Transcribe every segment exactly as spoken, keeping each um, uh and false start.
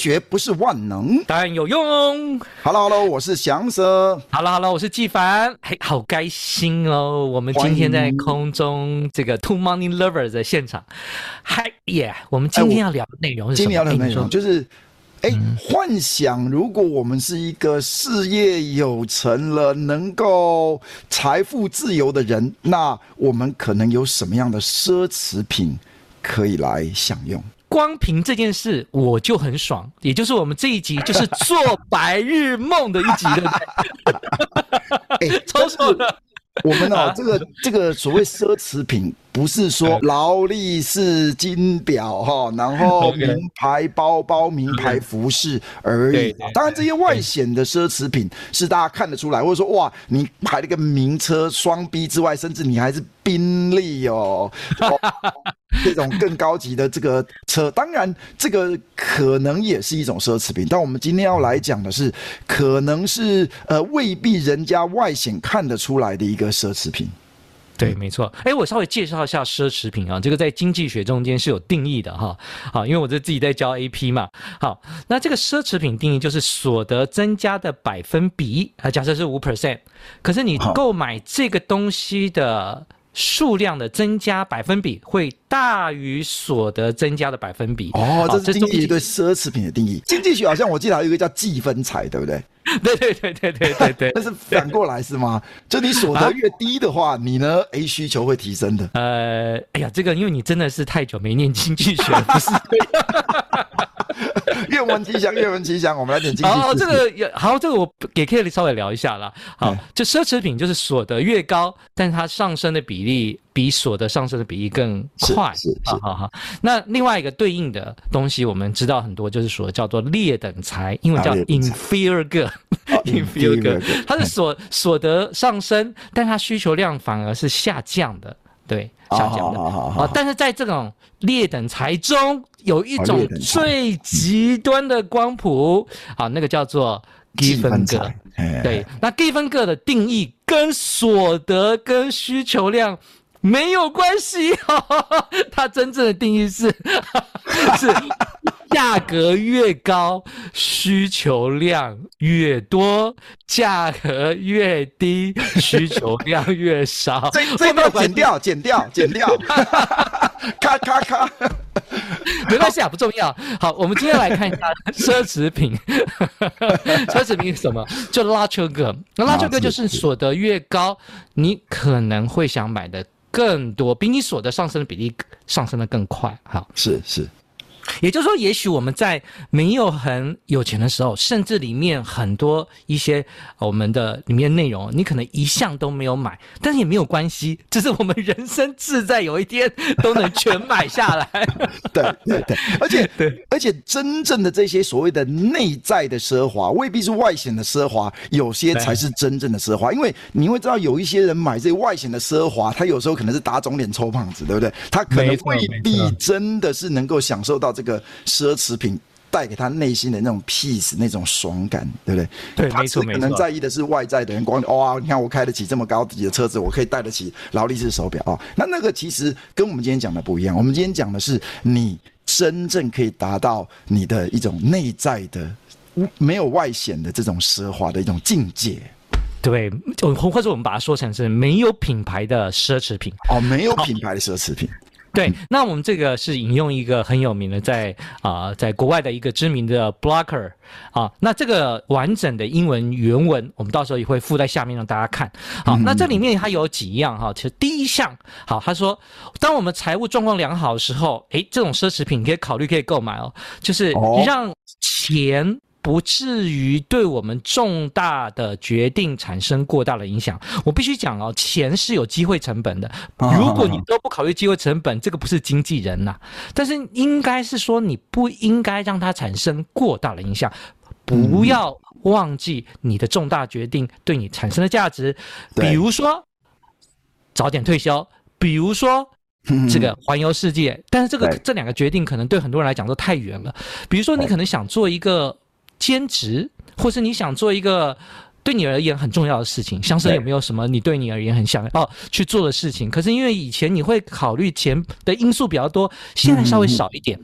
学不是万能， 但有用。 Hello Hello， 我是祥蛇。 Hello Hello， 我是纪凡。嘿，好开心哦！我们今天在空中这个 Two Money Lovers 的现场，嗨耶！我们今天要聊的内容是什么？ 今天要聊的内容就是。哎，幻想如果我们是一个事业有成了、能够财富自由的人，那我们可能有什么样的奢侈品可以来享用？ 光凭这件事我就很爽，也就是我们这一集就是做白日梦的一集，对不对？哎，超爽的。 我们哦，这个这个所谓奢侈品，不是说劳力士金表哈，然后名牌包包、名牌服饰而已。当然，这些外显的奢侈品是大家看得出来，或者说哇，你买了个名车双 B 之外，甚至你还是宾利哦。哦这种更高级的这个车，当然这个可能也是一种奢侈品，但我们今天要来讲的是，可能是呃未必人家外显看得出来的一个奢侈品。 对，没错。哎，我稍微介绍一下奢侈品啊，这个在经济学中间是有定义的哈。好，因为我这自己在教 A P 嘛。好，那这个奢侈品定义就是所得增加的百分比啊，假设是 百分之五， 可是你购买这个东西的数量的增加百分比会大于所得增加的百分比。 哦，这是经济学对奢侈品的定义。经济学好像我记得还有一个叫计分财，对不对？ 对对对对对对对。 但是反过来是吗？就你所得越低的话，啊、你呢 ？A 需求会提升的。 呃，哎呀，这个因为你真的是太久没念经济学，不是？ 愿闻其详，愿闻其详。我们来点经济。 好，这个好，这个我也可以稍微聊一下啦。好，就奢侈品就是所得越高，但它上升的比例比所得上升的比例更快。 是是。 好好好。那另外一个对应的东西，我们知道很多，就是所叫做劣等财，英文叫 inferior good。inferior good， 它是所所得上升，但它需求量反而是下降的。对，下降的啊，但是在这种劣等财中，有一种最极端的光谱啊，那个叫做given good。对，那given good的定义跟所得跟需求量没有关系，它真正的定义是是价格越高，需求量越多；价格越低，需求量越少。 这这段剪掉，剪掉，剪掉，咔咔咔。 没关系啊，不重要。好，我们今天来看一下奢侈品。奢侈品是什么？就拉秋哥，那拉秋哥就是所得越高，你可能会想买的更多，比你所得上升的比例上升的更快。好， 是是。 也就是说，也许我们在没有很有钱的时候，甚至里面很多一些我们的里面内容，你可能一项都没有买，但是也没有关系，这是我们人生志在有一天都能全买下来。 对对对，而且对，而且真正的这些所谓的内在的奢华，未必是外显的奢华，有些才是真正的奢华。因为你会知道，有一些人买这些外显的奢华，他有时候可能是打肿脸充胖子，对不对？他可能未必真的是能够享受到这个奢侈品带给他内心的那种 peace 那种爽感，对不对？ 对，没错没错。 可能在意的是外在的人光，哇，你看我开得起这么高级的车子，我可以带得起劳力士手表哦。那那个其实跟我们今天讲的不一样，我们今天讲的是你真正可以达到你的一种内在的没有外显的这种奢华的一种境界。 对，或者我们把它说成是没有品牌的奢侈品哦，没有品牌的奢侈品。 对，那我们这个是引用一个很有名的在啊、呃、在国外的一个知名的 blogger 啊，那这个完整的英文原文我们到时候也会附在下面让大家看。好，那这里面它有几样哈，其实第一项，好，他说，当我们财务状况良好的时候，诶，这种奢侈品可以考虑可以购买哦，就是让钱不至于对我们重大的决定产生过大的影响。我必须讲哦，钱是有机会成本的。如果你都不考虑机会成本，这个不是经纪人呐、啊。但是应该是说，你不应该让它产生过大的影响。不要忘记你的重大决定对你产生的价值，比如说早点退休，比如说这个环游世界。但是这个这两个决定可能对很多人来讲都太远了。比如说你可能想做一个兼职，或是你想做一个对你而言很重要的事情，像是有没有什么你对你而言很想要去做的事情？可是因为以前你会考虑钱的因素比较多，现在稍微少一点。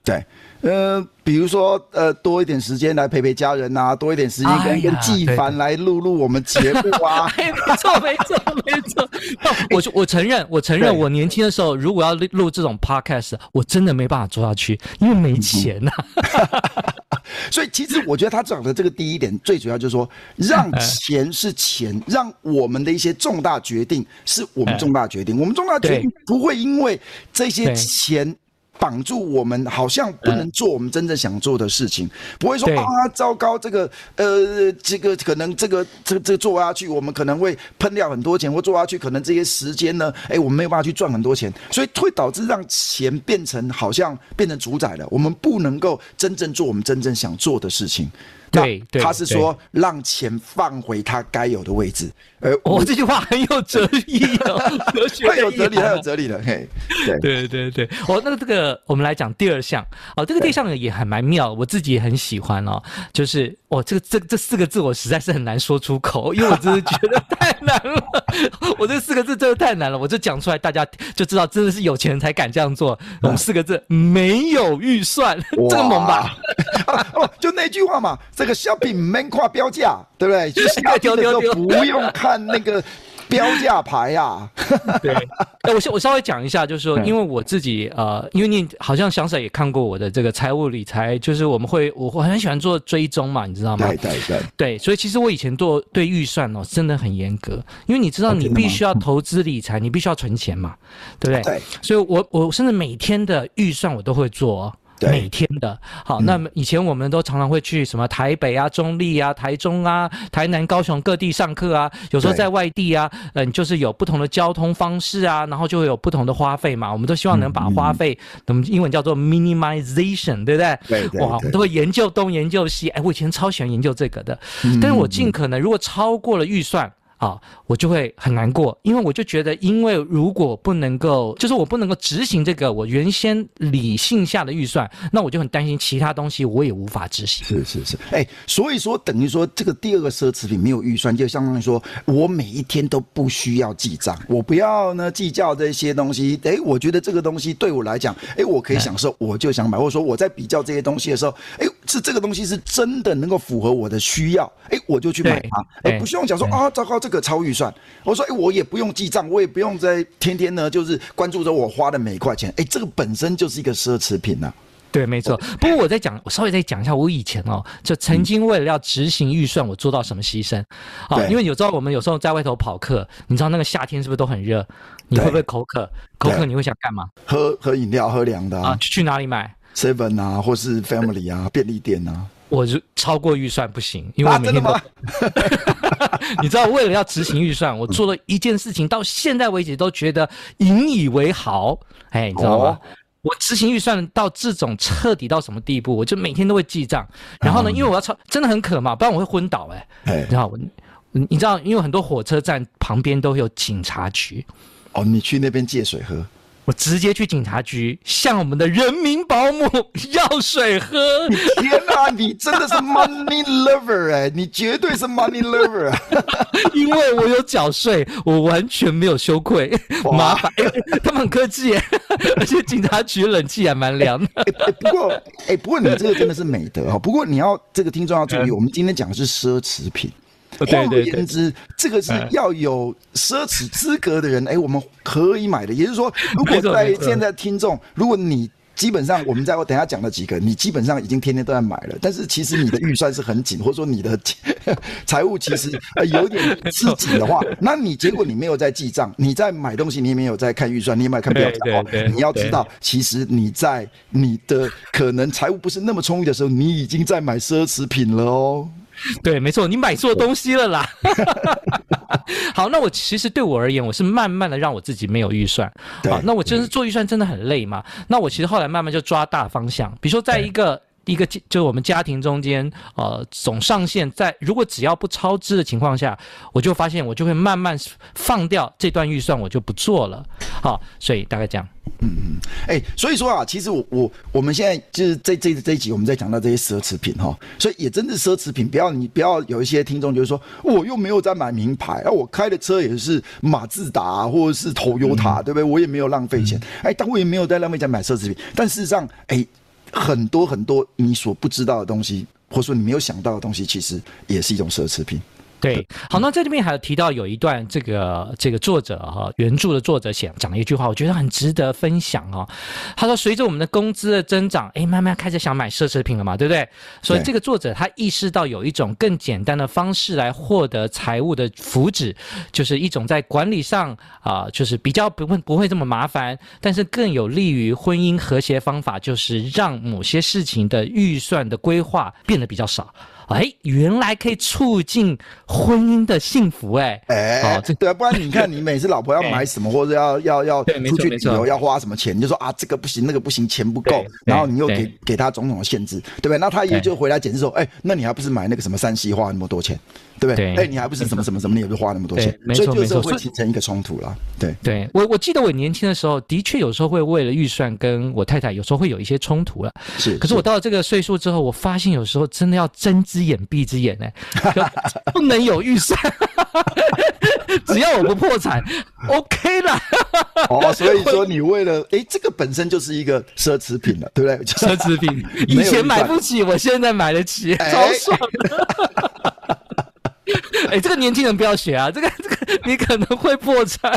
对。呃，比如说，呃，多一点时间来陪陪家人啊，多一点时间跟跟纪凡来录录我们节目啊。 哎，没错，没错，没错。我我承认，我承认，我年轻的时候，如果要录这种 podcast， 我真的没办法做下去，因为没钱呐、 啊。所以，其实我觉得他讲的这个第一点，最主要就是说，让钱是钱，让我们的一些重大决定是我们重大决定，我们重大决定不会因为这些钱绑住我们，好像不能做我们真正想做的事情，不会说啊，糟糕，这个呃，这个可能这个这个这个做下去，我们可能会喷掉很多钱，或做下去可能这些时间呢，哎，我们没有办法去赚很多钱，所以会导致让钱变成好像变成主宰了，我们不能够真正做我们真正想做的事情。 对， 他是说让钱放回他该有的位置。 而我、哦、这句话很有哲理哦，哲学太有哲理，太有哲理了。嘿， 对对对对，哦，那这个我们来讲第二项哦，这个第二项也还蛮妙，我自己也很喜欢哦，就是哦，这个这这四个字我实在是很难说出口，因为我真的觉得太难了，我这四个字真的太难了，我就讲出来，大家就知道真的是有钱人才敢这样做。我们四个字没有预算，这个猛吧？ 啊哦，就那句话嘛。这个小品没看标价，对不对？就是下定的时候不用看那个标价牌啊。 对，我我稍微讲一下，就是说，因为我自己呃，因为你好像翔 Sir 也看过我的这个财务理财，就是我们会我很喜欢做追踪嘛，你知道吗？ 对对对。 对，所以其实我以前做对预算哦，真的很严格，因为你知道你必须要投资理财，你必须要存钱嘛，对不对？ 对。 所以我我甚至每天的预算我都会做哦。每天的好，那么以前我们都常常会去什么台北啊、中立啊、台中啊、台南、高雄各地上课啊，有时候在外地啊，嗯，就是有不同的交通方式啊，然后就会有不同的花费嘛。我们都希望能把花费，我们英文叫做 minimization， 对不对？ 对对。 哇，我们都会研究东研究西，哎，我以前超喜欢研究这个的，但是我尽可能如果超过了预算。啊，我就会很难过，因为我就觉得，因为如果不能够，就是我不能够执行这个我原先理性下的预算，那我就很担心其他东西我也无法执行。 是是是，哎、欸，所以说等于说这个第二个奢侈品没有预算，就相当于说我每一天都不需要记账，我不要呢计较这些东西。哎、欸，我觉得这个东西对我来讲，哎、欸，我可以享受，我就想买，或者说我在比较这些东西的时候，哎、欸，是这个东西是真的能够符合我的需要，哎、欸，我就去买它，而不需要讲说啊，糟糕，这个超预算。我说，哎、欸，我也不用记账，我也不用在天天呢，就是关注着我花的每一块钱。哎、欸，这个本身就是一个奢侈品呐、啊。 对，没错。不过我再讲，我稍微再讲一下，我以前哦，就曾经为了要执行预算，我做到什么牺牲啊？因为有时候我们有时候在外头跑课，你知道那个夏天是不是都很热？你会不会口渴？口渴你会想干嘛？ 喝喝饮料，喝凉的啊？ 啊去哪里买 ？Seven 啊，或是 Family 啊，便利店啊。 我就超过预算不行，因为我每天都、啊、你知道，为了要执行预算，我做了一件事情，到现在为止都觉得引以为豪。哎，你知道吗？哦、我执行预算到这种彻底到什么地步？我就每天都会记账，然后呢，因为我要超真的很渴嘛，不然我会昏倒、欸。哎，你知道我，你知道，因为很多火车站旁边都有警察局。 哦，你去那边借水喝。 我直接去警察局向我们的人民保姆要水喝。 天哪、啊，你真的是 money lover 哎、欸，你绝对是 money lover 啊！ 因为我有缴税，我完全没有羞愧。麻烦、欸，他们很客气耶，而且警察局冷气还蛮凉的。 欸欸、不过，哎、欸，不过你这个真的是美德哈。不过你要这个听众要注意，嗯、我们今天讲的是奢侈品。换而言之，这个是要有奢侈资格的人，哎、欸，我们可以买的。也就是说，如果在现在听众，如果你基本上我们在我等一下讲的几个，你基本上已经天天都在买了，但是其实你的预算是很紧，或者说你的财务其实呃有点吃紧的话，那你结果你没有在记账，你在买东西，你也没有在看预算，你也没有看标价的话，你要知道，其实你在你的可能财务不是那么充裕的时候，你已经在买奢侈品了哦。 对，没错，你买错东西了啦。好，那我其实对我而言，我是慢慢的让我自己没有预算。好，那我真是做预算真的很累嘛。那我其实后来慢慢就抓大方向，比如说在一个一个就是我们家庭中间，呃，总上限在如果只要不超支的情况下，我就发现我就会慢慢放掉这段预算，我就不做了。好，所以大概这样。 嗯嗯，哎、欸，所以说啊，其实我我我们现在就是这这这一集我们在讲到这些奢侈品哈，所以也真的奢侈品，不要你不要有一些听众就是说我又没有在买名牌啊，我开的车也是马自达、啊、或者是 Toyota、嗯、对不对？我也没有浪费钱，哎、欸，但我也没有在浪费钱买奢侈品，但事实上，哎、欸。 很多很多你所不知道的东西，或者说你没有想到的东西，其实也是一种奢侈品。 对，好，那在这边还有提到有一段这个这个作者哈、哦，原著的作者写讲了一句话，我觉得很值得分享哦。他说，随着我们的工资的增长，哎，慢慢开始想买奢侈品了嘛，对不对？所以这个作者他意识到有一种更简单的方式来获得财务的福祉，就是一种在管理上啊、呃，就是比较不会不会这么麻烦，但是更有利于婚姻和谐方法，就是让某些事情的预算的规划变得比较少。哎，原来可以促进婚姻的幸福。哎， 哎，哦，对啊，不然你看，你每次老婆要买什么，或者要要要出去旅游要花什么钱，你就说啊，这个不行，那个不行，钱不够，然后你又给给他种种的限制，对不对？那他也就回来解释说，哎，那你还不是买那个什么山西花那么多钱，对不对？哎，你还不是什么什么什么，你也不是花那么多钱，所以就是会形成一个冲突了。对， 对我我记得我年轻的时候，的确有时候会为了预算跟我太太有时候会有一些冲突了。 是， 可是我到了这个岁数之后，我发现有时候真的要睁只眼闭只眼，哎，不能有预算，只要我不破产 ，OK 啦。 哦，所以说你为了哎，这个本身就是一个奢侈品了，对不对？ 奢侈品，以前买不起，我现在买得起，超爽的。哎，这个年轻人不要学啊，这个这个你可能会破产。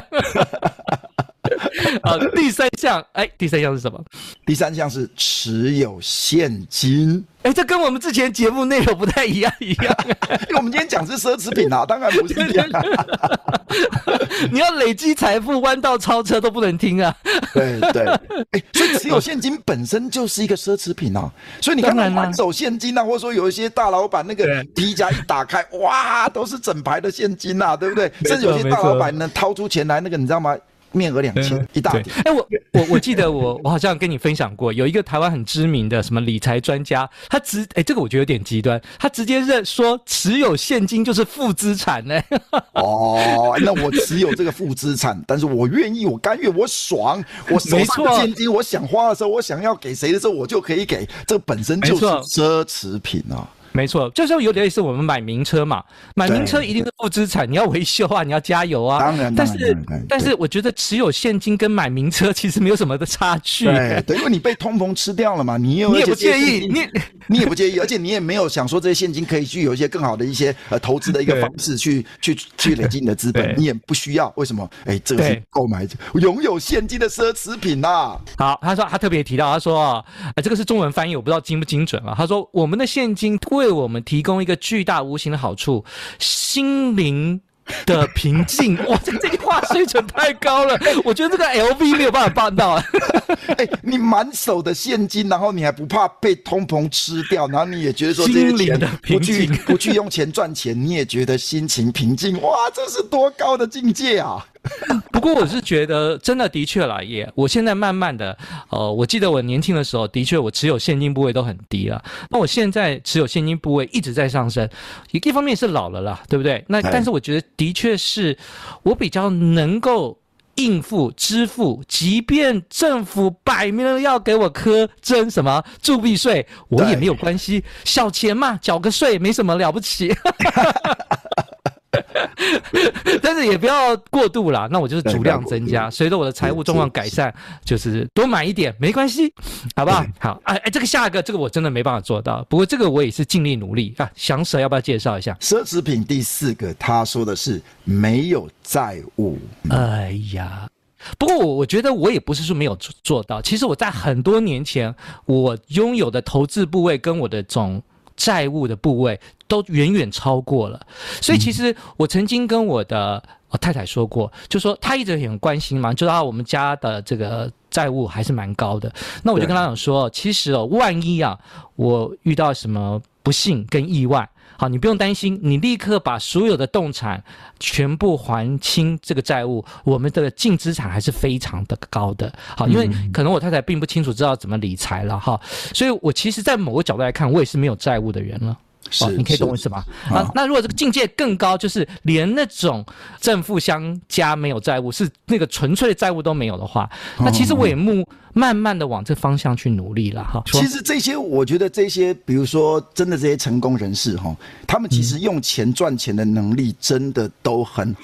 啊，第三项，哎，第三项是什么？ 第三项是持有现金。 哎，这跟我们之前节目内容不太一样，一样。 因为我们今天讲是奢侈品啊，当然不是一样。 你要累积财富，弯道超车都不能听啊。 对对，哎，所以持有现金本身就是一个奢侈品啊。所以你看到满手现金啊，或者说有一些大老板那个皮夹一打开，哇，都是整排的现金啊，对不对？甚至有些大老板呢，掏出钱来，那个你知道吗？面额两千一大点。 哎，我我我记得我我好像跟你分享过，有一个台湾很知名的什么理财专家，他直哎这个我觉得有点极端，他直接认说持有现金就是负资产呢。 哦，那我持有这个负资产，但是我愿意，我甘愿，我爽，我手上的现金，我想花的时候，我想要给谁的时候，我就可以给，这个本身就是奢侈品啊。 没错，就是有点类似我们买名车嘛，买名车一定是负资产，你要维修啊，你要加油啊。 当然， 但是但是我觉得持有现金跟买名车其实没有什么的差距。 对，对，因为你被通膨吃掉了嘛，你也你也不介意，你你也不介意，而且你也没有想说这些现金可以去有一些更好的一些呃投资的一个方式去去去累积你的资本，你也不需要。为什么？哎，这个是购买拥有现金的奢侈品呐。 好，他说他特别提到，他说啊、呃，这个是中文翻译，我不知道精不精准啊。他说我们的现金为我们提供一个巨大无形的好处，心灵的平静。哇，这个这句话水准太高了，我觉得这个 L V 没有办法办到。 哎，你满手的现金，然后你还不怕被通膨吃掉，然后你也觉得说这些钱不去不去用钱赚钱，你也觉得心情平静。哇，这是多高的境界啊！ 不过我是觉得真的的确啦，也我现在慢慢的，呃，我记得我年轻的时候，的确我持有现金部位都很低了。那我现在持有现金部位一直在上升，一方面是老了啦，对不对？那但是我觉得的确是我比较能够应付支付，即便政府摆明了要给我苛征什么铸币税，我也没有关系，小钱嘛，缴个税没什么了不起。但是也不要过度啦，那我就是足量增加，随着我的财务状况改善，就是多买一点没关系，好不好？好，哎哎，这个下一个，这个我真的没办法做到，不过这个我也是尽力努力啊。祥蛇要不要介绍一下？ 奢侈品第四个，他说的是没有债务。 哎呀。不过我我觉得我也不是说没有做到，其实我在很多年前，我拥有的投资部位跟我的总债务的部位都远远超过了，所以其实我曾经跟我的太太说过，就说她一直很关心嘛，就知道我们家的这个债务还是蛮高的。那我就跟她讲说，其实哦，万一啊，我遇到什么不幸跟意外，好，你不用担心，你立刻把所有的动产全部还清这个债务，我们的净资产还是非常的高的。好，因为可能我太太并不清楚知道怎么理财了哈，所以我其实在某个角度来看，我也是没有债务的人了。 是、 哦，你可以懂我意思吗？啊，那如果这个境界更高，就是连那种正负相加没有债务，是那个纯粹的债务都没有的话，那其实我也目慢慢的往这方向去努力了哈。 其实这些，我觉得这些，比如说真的这些成功人士哈，他们其实用钱赚钱的能力真的都很好。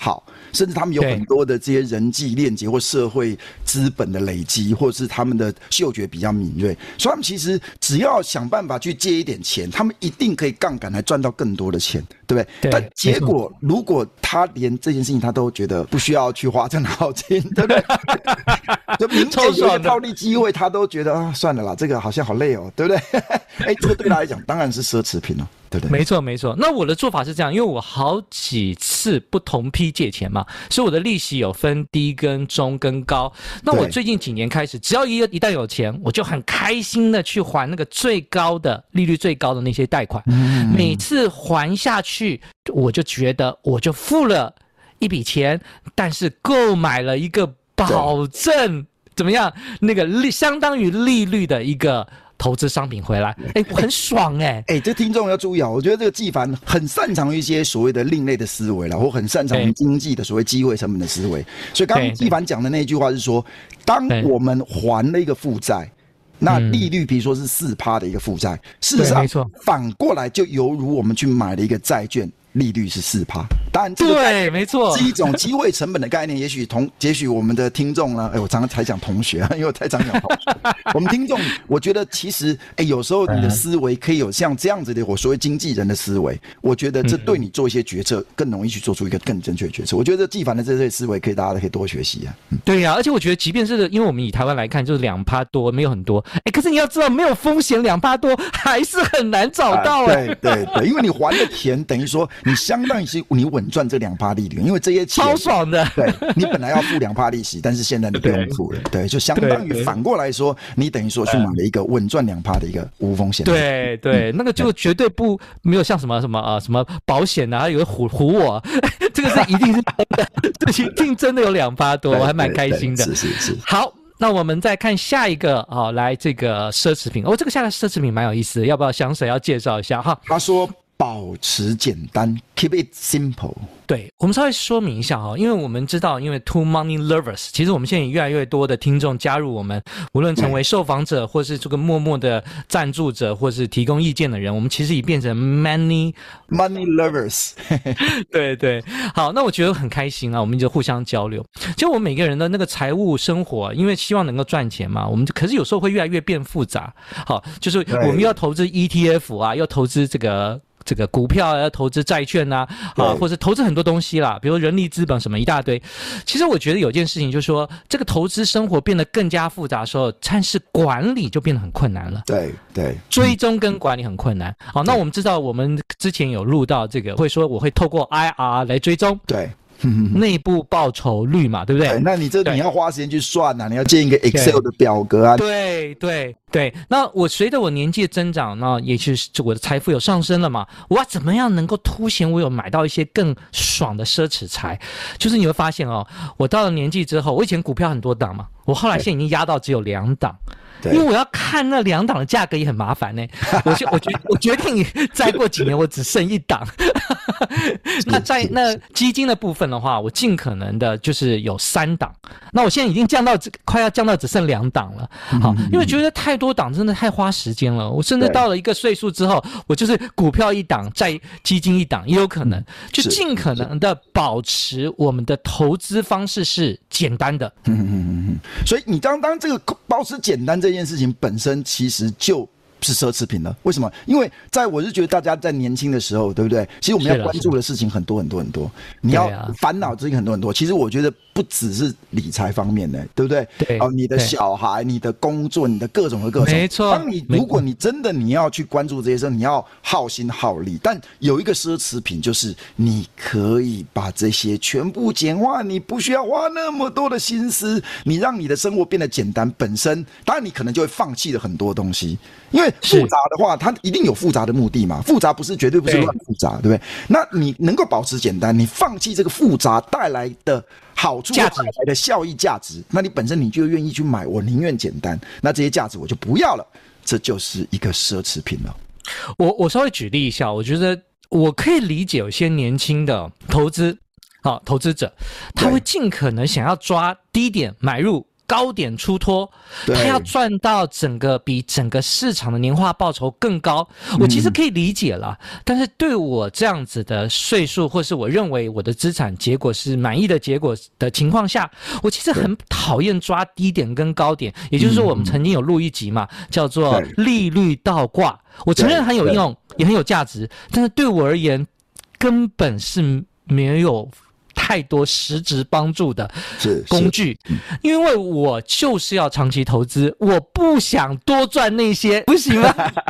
甚至他们有很多的这些人际链接或社会资本的累积，或者是他们的嗅觉比较敏锐，所以他们其实只要想办法去借一点钱，他们一定可以杠杆来赚到更多的钱，对不对？ 对， 但结果如果他连这件事情他都觉得不需要去花这脑筋，对不对？就明显有一个套利机会，他都觉得啊，算了啦，这个好像好累哦，对不对？哎，这个对他来讲当然是奢侈品了。对对， 没错没错。那我的做法是这样，因为我好几次不同批借钱嘛，所以我的利息有分低跟中跟高。那我最近几年开始，只要一一旦有钱，我就很开心的去还那个最高的利率最高的那些贷款。嗯、每次还下去，我就觉得我就付了一笔钱，但是购买了一个保证怎么样？那个利相当于利率的一个投资商品回来，哎，很爽哎、欸！ 哎、欸，这听众要注意啊！我觉得这个纪凡很擅长一些所谓的另类的思维啦，或很擅长经济的所谓机会成本的思维。所以刚刚纪凡讲的那一句话是说，当我们还了一个负债，那利率比如说是四趴的一个负债，事实上反过来就犹如我们去买了一个债券。利率是四趴，当然这个对，没错， 是一种机会成本的概念。也许同，也许我们的听众呢，哎，我常常才讲同学，因为我太常讲同学。我们听众，我觉得其实，哎，有时候你的思维可以有像这样子的，我所谓经纪人的思维，我觉得这对你做一些决策更容易去做出一个更正确的决策。我觉得纪凡的这些思维，可以大家可以多学习啊。 嗯、对呀、啊，而且我觉得，即便是因为我们以台湾来看，就是两趴多，没有很多，哎，可是你要知道，没有风险两趴多还是很难找到哎、 啊。对对对，因为你还的钱等于说你相当于是。你稳赚这两趴利率，因为这些钱超爽的。 对，你本来要付两趴利息，但是现在你不用付了。对，就相当于反过来说，你等于说去买了一个稳赚两趴的一个无风险。 对对，那个就绝对不没有像什么什么啊什么保险啊，有人唬唬我，这个是一定是真的，这一定真的有两趴多，我还蛮开心的。 是是是。 好。那我们再看下一个啊、哦，来这个奢侈品哦，这个下个奢侈品蛮有意思的，要不要详细要介绍一下哈？ 他说。保持简单 ，keep it simple。 对，我们稍微说明一下哈，因为我们知道，因为 Two Money Lovers， 其实我们现在也越来越多的听众加入我们，无论成为受访者，或是这个默默的赞助者，或是提供意见的人，我们其实已变成 Many Money Lovers 。 对对，好，那我觉得很开心啊，我们就互相交流。就我们每个人的那个财务生活，因为希望能够赚钱嘛，我们可是有时候会越来越变复杂。好，就是我们要投资 E T F 啊，要投资这个。这个股票要投资债券呐、啊，啊，或者投资很多东西啦，比如人力资本什么一大堆。其实我觉得有件事情就是说，这个投资生活变得更加复杂的时候，但是管理就变得很困难了。 对对， 追踪跟管理很困难。好，那我们知道，我们之前有录到这个，会说我会透过 I R 来追踪。 对。 内部报酬率嘛，对不对？ 对，那你这你要花时间去算啊，你要建一个 Excel 的表格啊。 对对对，那我随着我年纪的增长，那也就是我的财富有上升了嘛，我要怎么样能够凸显我有买到一些更爽的奢侈财？就是你会发现哦，我到了年纪之后，我以前股票很多档嘛，我后来现在已经压到只有两档。因为我要看那两档的价格也很麻烦呢、欸，我就我决我决定再过几年我只剩一档。那在那基金的部分的话，我尽可能的就是有三档。那我现在已经降到快要降到只剩两档了。好，因为觉得太多档真的太花时间了。我甚至到了一个岁数之后，我就是股票一档，债基金一档，也有可能就尽可能的保持我们的投资方式是简单的。 嗯嗯嗯嗯。所以你当当这个保持简单这件事情本身其实就是奢侈品了。为什么？因为在我是觉得大家在年轻的时候，对不对？其实我们要关注的事情很多很多很多，你要烦恼事情很多很多。其实我觉得不只是理财方面的，对不对？ 对。 哦，你的小孩、你的工作、你的各种的各种。 没错。 当你如果你真的你要去关注这些事，你要耗心耗力。但有一个奢侈品，就是你可以把这些全部简化，你不需要花那么多的心思，你让你的生活变得简单。本身，当然你可能就会放弃了很多东西。因为复杂的话，它一定有复杂的目的嘛。复杂不是绝对不是乱复杂， 对, 对不对？那你能够保持简单，你放弃这个复杂带来的好处、带来的效益价值，那你本身你就愿意去买。我宁愿简单，那这些价值我就不要了，这就是一个奢侈品了。 我我稍微举例一下，我觉得我可以理解有些年轻的投资啊投资者，他会尽可能想要抓低点买入。 高点出脱，他要赚到整个比整个市场的年化报酬更高，我其实可以理解了。嗯、但是对我这样子的岁数，或是我认为我的资产结果是满意的结果的情况下，我其实很讨厌抓低点跟高点。也就是说，我们曾经有录一集嘛，叫做利率倒挂。我承认很有用，也很有价值，但是对我而言，根本是没有太多实质帮助的工具，因为我就是要长期投资，我不想多赚那些，不行吗？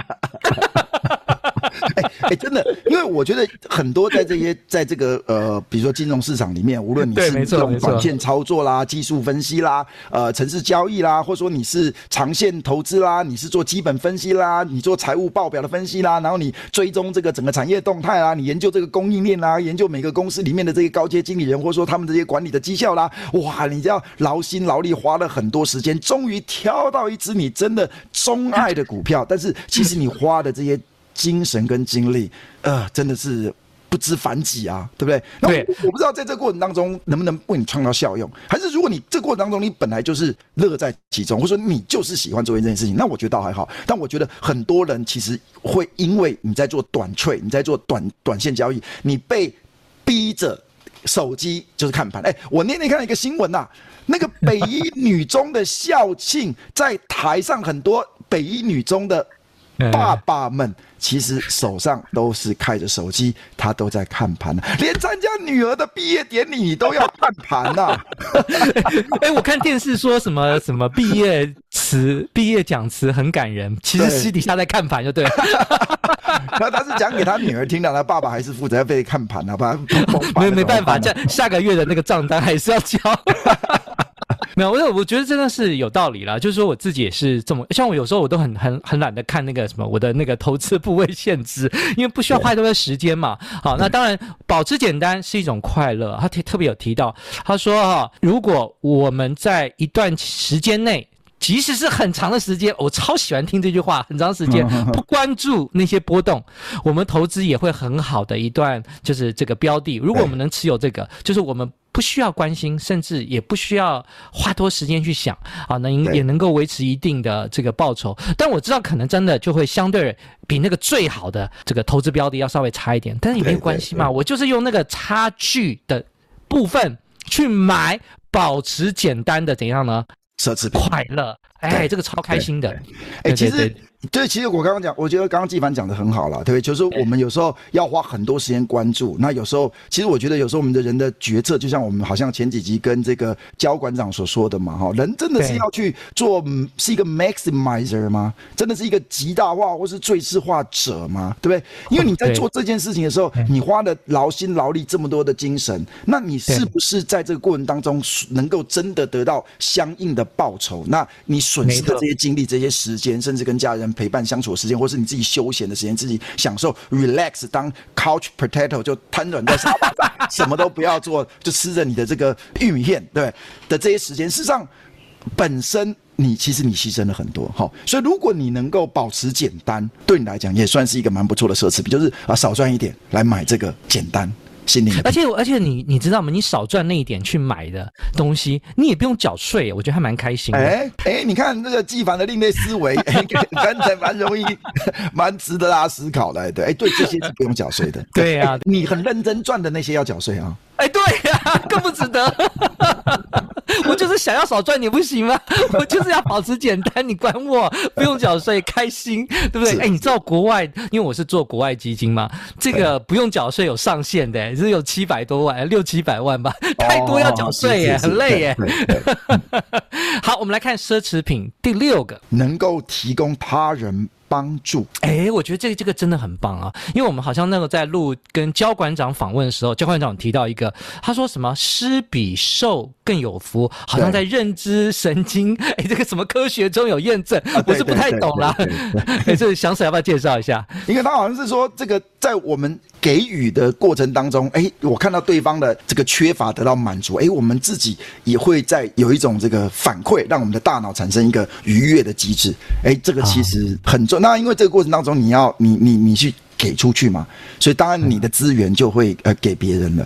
哎哎、欸，真的，因为我觉得很多在这些在这个呃，比如说金融市场里面，无论你是这种短线操作啦、技术分析啦、呃，程式交易啦，或者说你是长线投资啦，你是做基本分析啦，你做财务报表的分析啦，然后你追踪这个整个产业动态啦，你研究这个供应链啦，研究每个公司里面的这些高阶经理人，或者说他们这些管理的绩效啦，哇，你这样劳心劳力花了很多时间，终于挑到一只你真的钟爱的股票，但是其实你花的这些精神跟精力，呃，真的是不知凡几啊，对不对？那 我, 我不知道在这个过程当中能不能为你创造效用，还是如果你这个过程当中你本来就是乐在其中，或者说你就是喜欢做这件事情，那我觉得倒还好。但我觉得很多人其实会因为你在做短 trade， 你在做短短线交易，你被逼着手机就是看盘。哎，我那天看了一个新闻呐、啊，那个北一女中的校庆，在台上很多北一女中的爸爸们其实手上都是开着手机，他都在看盘，连参加女儿的毕业典礼你都要看盘呐、啊！ 哎、欸，我看电视说什么什么毕业词、毕业讲词很感人，其实私底下在看盘就对了。 然后他是讲给他女儿听的，他爸爸还是负责被看盘啊，把没没办法，这下个月的那个账单还是要交。没有，我我觉得真的是有道理啦。就是说我自己也是这么，像我有时候我都很很很懒得看那个什么我的那个投资部位限制，因为不需要花太多的时间嘛。好，那当然保持简单是一种快乐。他特别有提到，他说哈，如果我们在一段时间内，即使是很长的时间，我超喜欢听这句话，很长时间不关注那些波动，我们投资也会很好的一段，就是这个标的。如果我们能持有这个，就是我们不需要关心，甚至也不需要花多时间去想啊，能也能够维持一定的这个报酬。但我知道可能真的就会相对比那个最好的这个投资标的要稍微差一点，但是也没有关系嘛，我就是用那个差距的部分去买，保持简单的怎样呢？ 奢侈品快乐，哎，这个超开心的。 哎，其实对，其实我刚刚讲，我觉得刚刚纪凡讲的很好了，对不对？就是我们有时候要花很多时间关注，那有时候其实我觉得有时候我们的人的决策，就像我们好像前几集跟这个焦馆长所说的嘛，哈，人真的是要去做，是一个 maximizer 吗？真的是一个极大化或是最适化者吗？对不对？因为你在做这件事情的时候，你花的劳心劳力这么多的精神，那你是不是在这个过程当中能够真的得到相应的报酬？那你损失的这些精力、这些时间，甚至跟家人陪伴相处的时间，或是你自己休闲的时间，自己享受 relax 当 couch potato 就瘫软在沙发上，什么都不要做，就吃着你的这个玉米片，对的这些时间，事实上本身你其实你牺牲了很多哈。所以如果你能够保持简单，对你来讲也算是一个蛮不错的奢侈品，就是啊少赚一点来买这个简单。 而且而且你你知道吗？你少赚那一点去买的东西，你也不用缴税，我觉得还蛮开心的。 哎哎，你看这个纪凡的另类思维，哎，刚才蛮容易，蛮值得大家思考的。对，哎，对，这些是不用缴税的。 对啊， 你很认真赚的那些要缴税啊。 哎，对呀、啊，更不值得。我就是想要少赚，你不行吗？我就是要保持简单，你管我，不用缴税，开心，对不对？哎，你知道国外，因为我是做国外基金嘛，这个不用缴税有上限的，是有七百多万，六七百万吧，太多要缴税耶，很累耶。好，我们来看奢侈品第六个， 能够提供他人帮助。 哎，我觉得这个这个真的很棒啊！因为我们好像那个在录跟焦馆长访问的时候，焦馆长提到一个，他说什么施比受更有福，好像在认知神经，哎，这个什么科学中有验证，啊、我是不太懂啦。哎，这详细要不要介绍一下？ 因为他好像是说，这个在我们给予的过程当中，哎，我看到对方的这个缺乏得到满足，哎，我们自己也会在有一种这个反馈，让我们的大脑产生一个愉悦的机制。哎，这个其实很重要。那因为这个过程当中，你要你你你去给出去嘛，所以当然你的资源就会呃给别人了。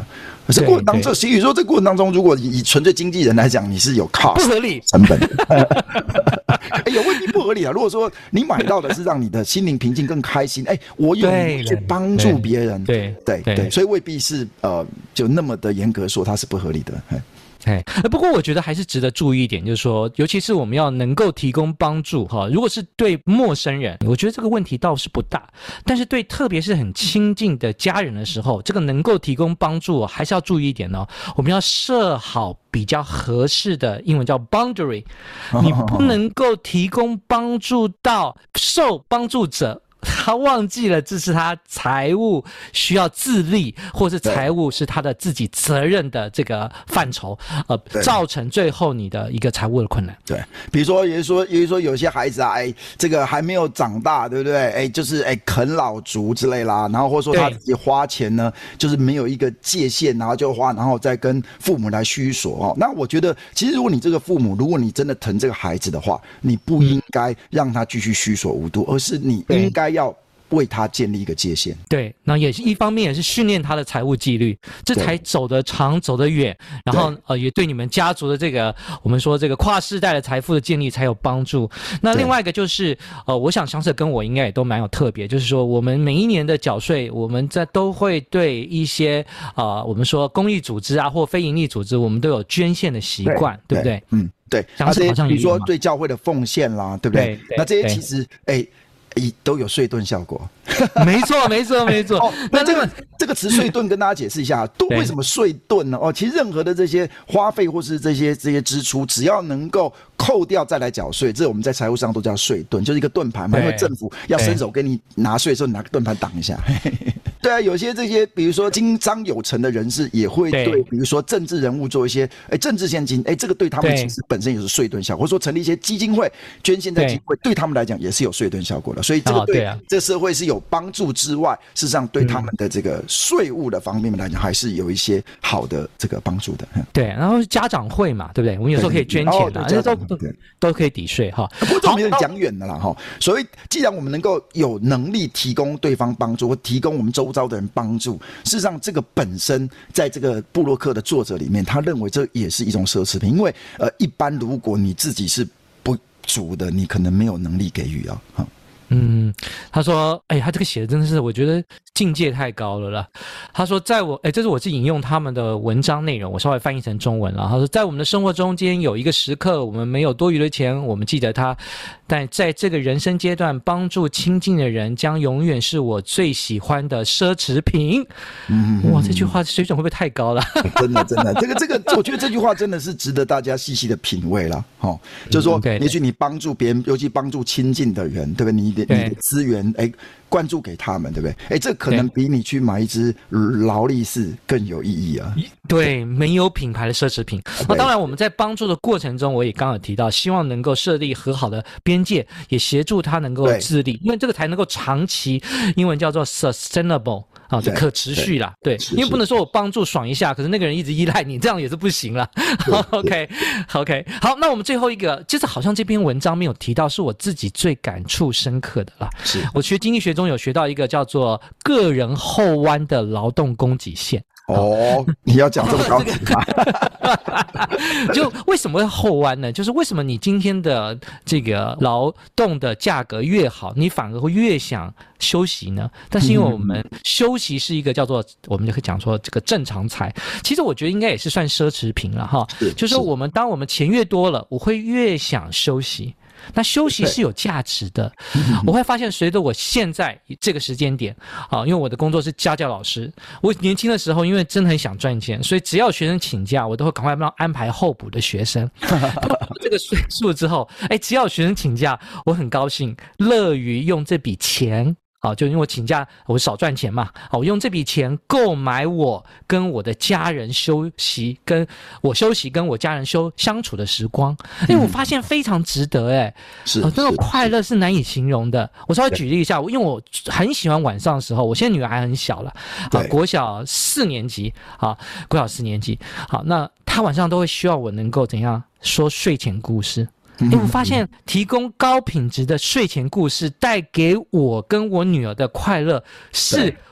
可是过程当中，所以说这过程当中，如果以纯粹经纪人来讲，你是有 cost 不合理成本，哎，也未必不合理啊。如果说你买到的是让你的心灵平静、更开心，哎，我有去帮助别人， 对对 对, 对，所以未必是呃就那么的严格说它是不合理的。 哎，不过我觉得还是值得注意一点，就是说，尤其是我们要能够提供帮助哈。如果是对陌生人，我觉得这个问题倒是不大，但是对特别是很亲近的家人的时候，这个能够提供帮助，还是要注意一点哦。我们要设好比较合适的，英文叫 boundary， 你不能够提供帮助到受帮助者他忘记了这是他财务需要自立，或是财务是他的自己责任的这个范畴，呃，造成最后你的一个财务的困难。 对，比如说，也就是说，也就是说，有些孩子啊，哎，这个还没有长大，对不对？哎，就是哎啃老族之类啦，然后或者说他自己花钱呢，就是没有一个界限，然后就花，然后再跟父母来虚索哦。那我觉得，其实如果你这个父母，如果你真的疼这个孩子的话，你不应该让他继续虚索无度，而是你应该要为他建立一个界限。 对，那也是一方面也是训练他的财务纪律，这才走得长走得远，然后呃也对你们家族的这个我们说这个跨世代的财富的建立才有帮助。那另外一个就是呃我想相信跟我应该也都蛮有特别，就是说我们每一年的缴税，我们在都会对一些呃我们说公益组织啊或非营利组织，我们都有捐献的习惯， 对, 对不对？嗯， 对。那这些比如说对教会的奉献啦，对不对？对，那这些其实哎。都有税盾效果， 没错，没错，没错。 哦，那这个这个词税盾跟大家解释一下，都为什么税盾呢？哦，其实任何的这些花费或是这些这些支出，只要能够扣掉再来缴税，这我们在财务上都叫税盾，就是一个盾牌嘛。因为政府要伸手给你拿税的时候，你拿个盾牌挡一下。对啊，有些这些比如说经商有成的人士也会对，比如说政治人物做一些哎政治献金，哎这个对他们其实本身也是税盾效果，或者说成立一些基金会捐献在基金会，对他们来讲也是有税盾效果的。所以这个对这社会是有帮助之外，事实上对他们的这个税务的方面来讲，还是有一些好的这个帮助的。 对，然后家长会嘛，对不对？我们有时候可以捐钱的，这都都可以抵税哈。 不过这有点讲远了啦哈。所以既然我们能够有能力提供对方帮助，或提供我们周遭的人帮助，事实上这个本身在这个部落客的作者里面，他认为这也是一种奢侈品，因为呃，一般如果你自己是不足的，你可能没有能力给予啊。 嗯，他说，哎，他这个写的真的是，我觉得境界太高了啦。他说，在我，哎，这是我是引用他们的文章内容，我稍微翻译成中文了。他说，在我们的生活中间有一个时刻，我们没有多余的钱，我们记得他，但在这个人生阶段，帮助亲近的人将永远是我最喜欢的奢侈品。嗯，哇，这句话水准会不会太高了？ 真的，真的，这个，这个，我觉得这句话真的是值得大家细细的品味了。哦，就是说，嗯、也许你帮助别人，尤其帮助亲近的人，对不对？你你的资源哎灌注给他们，对不对？哎，这可能比你去买一支劳力士更有意义啊。 对，没有品牌的奢侈品。那当然，我们在帮助的过程中，我也刚刚有提到，希望能够设立和好的边界，也协助他能够自立，因为这个才能够长期，英文叫做 sustainable。啊，这可持续啦，对，对因为不能说我帮助爽一下，可是那个人一直依赖你，这样也是不行啦。OK，OK， okay, 好，那我们最后一个，其实好像这篇文章没有提到，是我自己最感触深刻的啦。 是我学经济学中有学到一个叫做个人后弯的劳动供给线。 哦，你要讲这么高级吗？ 就为什么会后弯呢？就是为什么你今天的这个劳动的价格越好，你反而会越想休息呢？但是因为我们休息是一个叫做，我们就可以讲说这个正常财，其实我觉得应该也是算奢侈品了哈。就是说我们当我们钱越多了，我会越想休息。那休息是有价值的，我会发现随着我现在这个时间点啊，因为我的工作是家教老师，我年轻的时候因为真的很想赚钱，所以只要学生请假，我都会赶快帮安排候补的学生。这个岁数之后，哎，只要学生请假，我很高兴，乐于用这笔钱。啊，就因为我请假，我少赚钱嘛，我用这笔钱购买我跟我的家人休息，跟我休息跟我家人休相处的时光，因为我发现非常值得，哎， 是， 那种快乐是难以形容的。我稍微举例一下，因为我很喜欢晚上的时候，我现在女儿还很小了，啊，国小四年级，啊，国小四年级，好，那她晚上都会需要我能够怎样说睡前故事。哎，我发现提供高品质的睡前故事带给我跟我女儿的快乐，是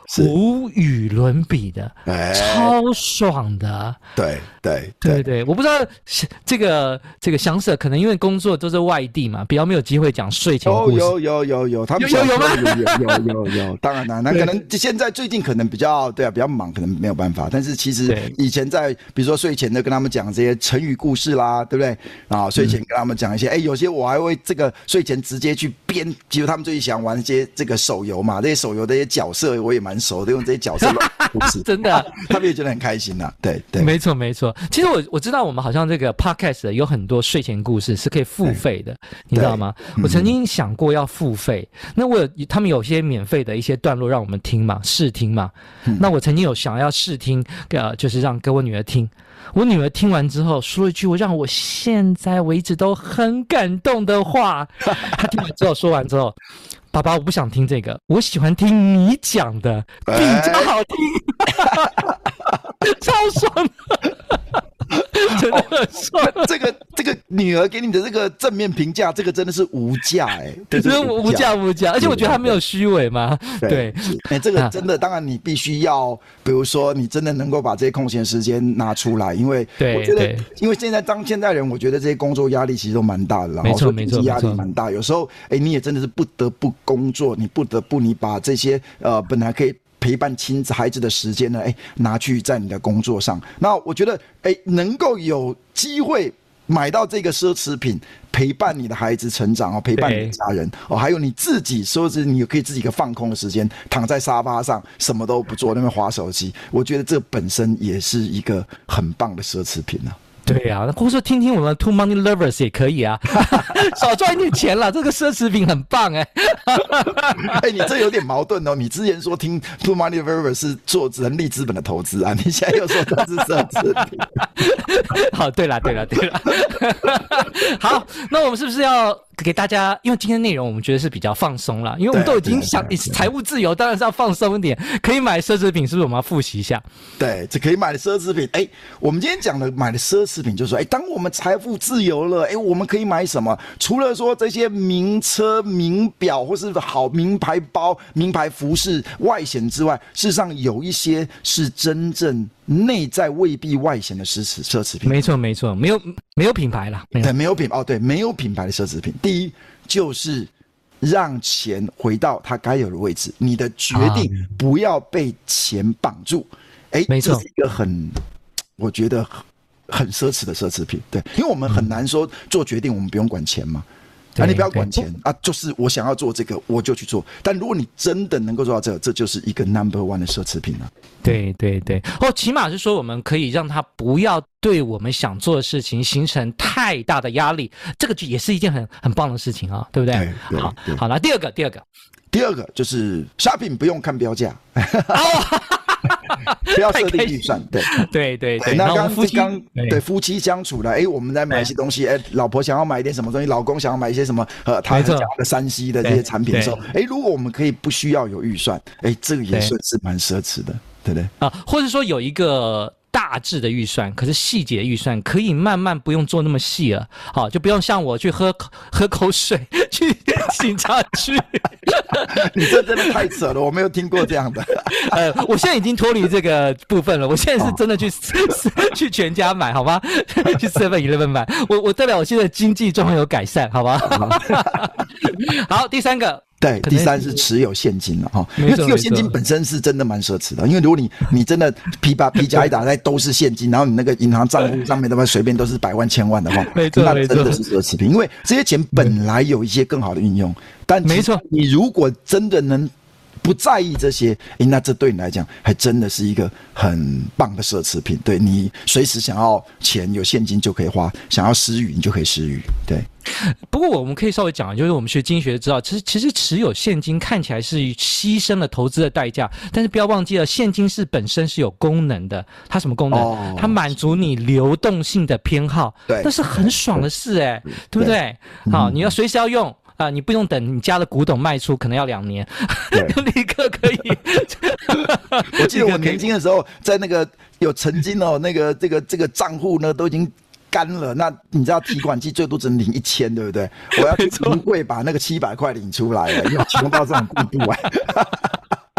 无与伦比的， 哎、 超爽的。 对对对对，我不知道这个这个翔 Sir 可能因为工作都在外地嘛，比较没有机会讲睡前故事。 有有有有有，他们有有吗？ 有有有有，当然当然，那可能现在最近可能比较对啊，比较忙，可能没有办法。但是其实以前在比如说睡前的跟他们讲这些成语故事啦，对不对？啊，睡前跟他们讲一些，哎、嗯，有些我还会这个睡前直接去编，比如他们最近想玩一些这个手游嘛，这些手游的一些角色我也蛮熟的，用这些角色故事， 真的， 他们也觉得很开心呐、啊。对对， 没错没错。其实我我知道我们好像这个 podcast 有很多睡前故事是可以付费的，你知道吗？我曾经想过要付费，那我有他们有些免费的一些段落让我们听嘛，试听嘛。嗯、那我曾经有想要试听，呃，就是让给我女儿听。我女儿听完之后说了一句我让我现在为止都很感动的话。她听完之后说完之后，爸爸，我不想听这个，我喜欢听你讲的，比较好听，超爽的。真的很爽、 哦、这个这个女儿给你的这个正面评价，这个真的是无价哎，对， 真的无价无价，而且我觉得她没有虚伪嘛，对， 哎、欸，这个真的，当然你必须要，比如说你真的能够把这些空闲时间拿出来，因为我觉得，因为现在当现代人，我觉得这些工作压力其实都蛮大的， 没错没错， 压力蛮大，有时候哎、欸，你也真的是不得不工作，你不得不你把这些呃本来可以陪伴亲子孩子的时间呢，哎，拿去在你的工作上。那我觉得，哎，能够有机会买到这个奢侈品，陪伴你的孩子成长哦，陪伴你的家人哦，还有你自己，说是你可以自己一个放空的时间，躺在沙发上什么都不做，那边滑手机。我觉得这本身也是一个很棒的奢侈品啊。 对啊，或者说听听我们 Two Money Lovers 也可以啊，少赚一点钱啦，这个奢侈品很棒哎、欸。 哎、欸，你这有点矛盾哦。你之前说听 Two Money Lovers 是做人力资本的投资啊，你现在又说这是奢侈品。 好，对了，对了，对了。好，那我们是不是要给大家？因为今天内容我们觉得是比较放松了，因为我们都已经想财务自由，当然是要放松一点。可以买奢侈品，是不是我们要复习一下？ 对，这可以买的奢侈品。哎、欸，我们今天讲的买的奢侈品，就是说，哎、欸，当我们财富自由了，哎、欸，我们可以买什么？除了说这些名车、名表，或是好名牌包、名牌服饰外显之外，事实上有一些是真正内在未必外显的奢侈奢侈品。 没错，没错，没有没有品牌啦， 对，没有品哦，对，没有品牌的奢侈品。第一就是让钱回到它该有的位置，你的决定不要被钱绑住。哎、啊，没错，这是一个很，我觉得很奢侈的奢侈品。对，因为我们很难说做决定，我们不用管钱嘛。啊，你不要管钱啊，就是我想要做这个，我就去做。但如果你真的能够做到这个，这就是一个 number one 的奢侈品了、啊。 对对对，哦，起码是说我们可以让他不要对我们想做的事情形成太大的压力，这个也是一件很很棒的事情啊，对不对？ 对对好，好，那第二个，第二个， 第二个就是 shopping 不用看标价。哦不要设定预算，对对对对。 那刚夫妻刚对夫妻相处了，哎，我们在买一些东西，哎，老婆想要买一点什么东西，老公想要买一些什么，呃，他讲的山西的这些产品的时候，哎，如果我们可以不需要有预算，哎，这个也算是蛮奢侈的，对不对？ 啊，或者说有一个大致的预算，可是细节的预算可以慢慢不用做那么细了，好，就不用像我去喝喝口水去警察局。 你这真的太扯了，我没有听过这样的。 呃，我现在已经脱离这个部分了，我现在是真的去、哦、去全家买，好吗？去 seven eleven 买，我我代表我现在经济状况有改善，好吧？好，第三个。 对，第三是持有现金了哈，因为持有现金本身是真的蛮奢侈的，因为如果你你真的皮把皮夹一打开都是现金，然后你那个银行账户上面的话随便都是百万千万的话，那真的是奢侈品，因为这些钱本来有一些更好的运用，但没错， 你如果真的能不在意这些，诶，那这对你来讲还真的是一个很棒的奢侈品。对，你随时想要钱有现金就可以花，想要施予你就可以施予。对。 不过我们可以稍微讲，就是我们学经济学知道，其实其实持有现金看起来是牺牲了投资的代价，但是不要忘记了，现金是本身是有功能的。它什么功能？哦、它满足你流动性的偏好， 对， 那是很爽的事哎、欸，对不对？对好，你要随时要用。啊、呃，你不用等你家的古董卖出，可能要两年，立刻可以。 我记得我年轻的时候，在那个有曾经哦，那个这个这个账户呢都已经干了，那你知道提款机最多只能领一千，对不对？我要去临柜把那个七百块领出来了，要穷到这种地步啊！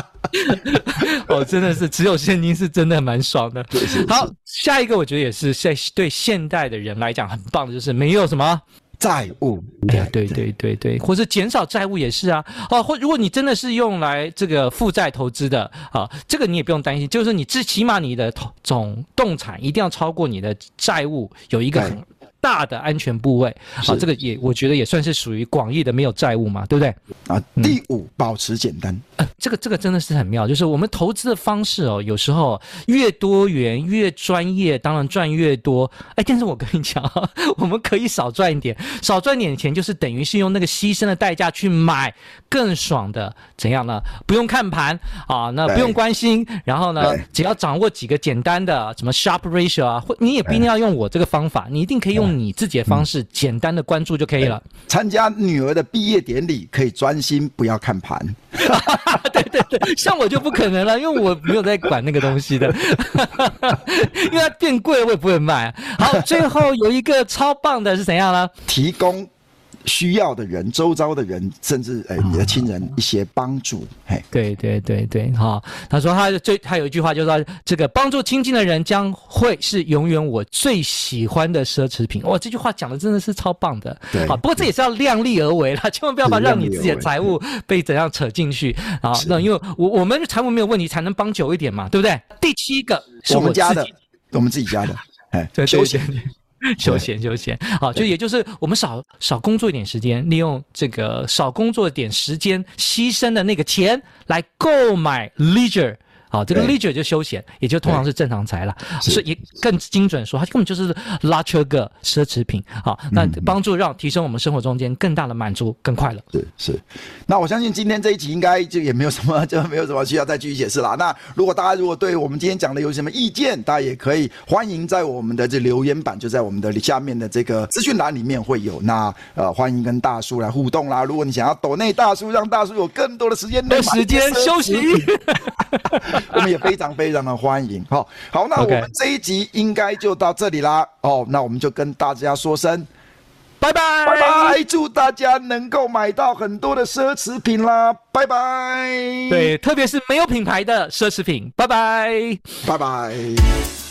哦，真的是只有现金是真的蛮爽的。好，下一个我觉得也是在对现代的人来讲很棒的，就是没有什么债务。 哎呀，对对对对，或者减少债务也是啊。哦，或如果你真的是用来这个负债投资的啊，这个你也不用担心，就是你至起码你的总动产一定要超过你的债务有一个很大的安全部位啊，这个也我觉得也算是属于广义的没有债务嘛，对不对？ 啊，第五，嗯、保持简单。 呃，这个这个真的是很妙，就是我们投资的方式哦，有时候越多元越专业，当然赚越多。哎，但是我跟你讲，我们可以少赚一点，少赚点钱，就是等于是用那个牺牲的代价去买更爽的，怎样呢？不用看盘啊，那不用关心，然后呢，只要掌握几个简单的什么 Sharpe ratio 啊，或你也不一定要用我这个方法，你一定可以用你自己的方式，简单的关注就可以了。 参加女儿的毕业典礼，可以专心，不要看盘。 对对对，像我就不可能了，因为我没有在管那个东西的，因为它变贵了我也不会卖。好，最后有一个超棒的是怎样呢？ 提供需要的人、周遭的人，甚至呃你的亲人一些帮助。嘿， 对对对对，哈，他说他最他有一句话就是说，这个帮助亲近的人将会是永远我最喜欢的奢侈品。哇，这句话讲的真的是超棒的。 对， 好，不过这也是要量力而为啦，千万不要把让你自己的财务被怎样扯进去啊。那因为我我们财务没有问题，才能帮久一点嘛，对不对？第七个是我们家的，我们自己家的，哎， 对休闲。休闲休闲，好，就也就是我们少少工作一点时间，利用这个少工作点时间牺牲的那个钱来购买 leisure。好，这个 leisure 就休闲，也就通常是正常财了，所以也更精准说，它根本就是拉车个奢侈品。好，那帮助让提升我们生活中间更大的满足、更快乐。 是是，那我相信今天这一集应该就也没有什么，就没有什么需要再继续解释啦。那如果大家如果对我们今天讲的有什么意见，大家也可以欢迎在我们的这留言板，就在我们的下面的这个资讯栏里面会有。那呃，欢迎跟大叔来互动啦。如果你想要抖内大叔，让大叔有更多的时间、 时间休息。 我们也非常非常的欢迎。好，好，那我们这一集应该就到这里啦。哦，那我们就跟大家说声拜拜， 拜拜，祝大家能够买到很多的奢侈品啦，拜拜。 对，特别是没有品牌的奢侈品，拜拜， 拜拜。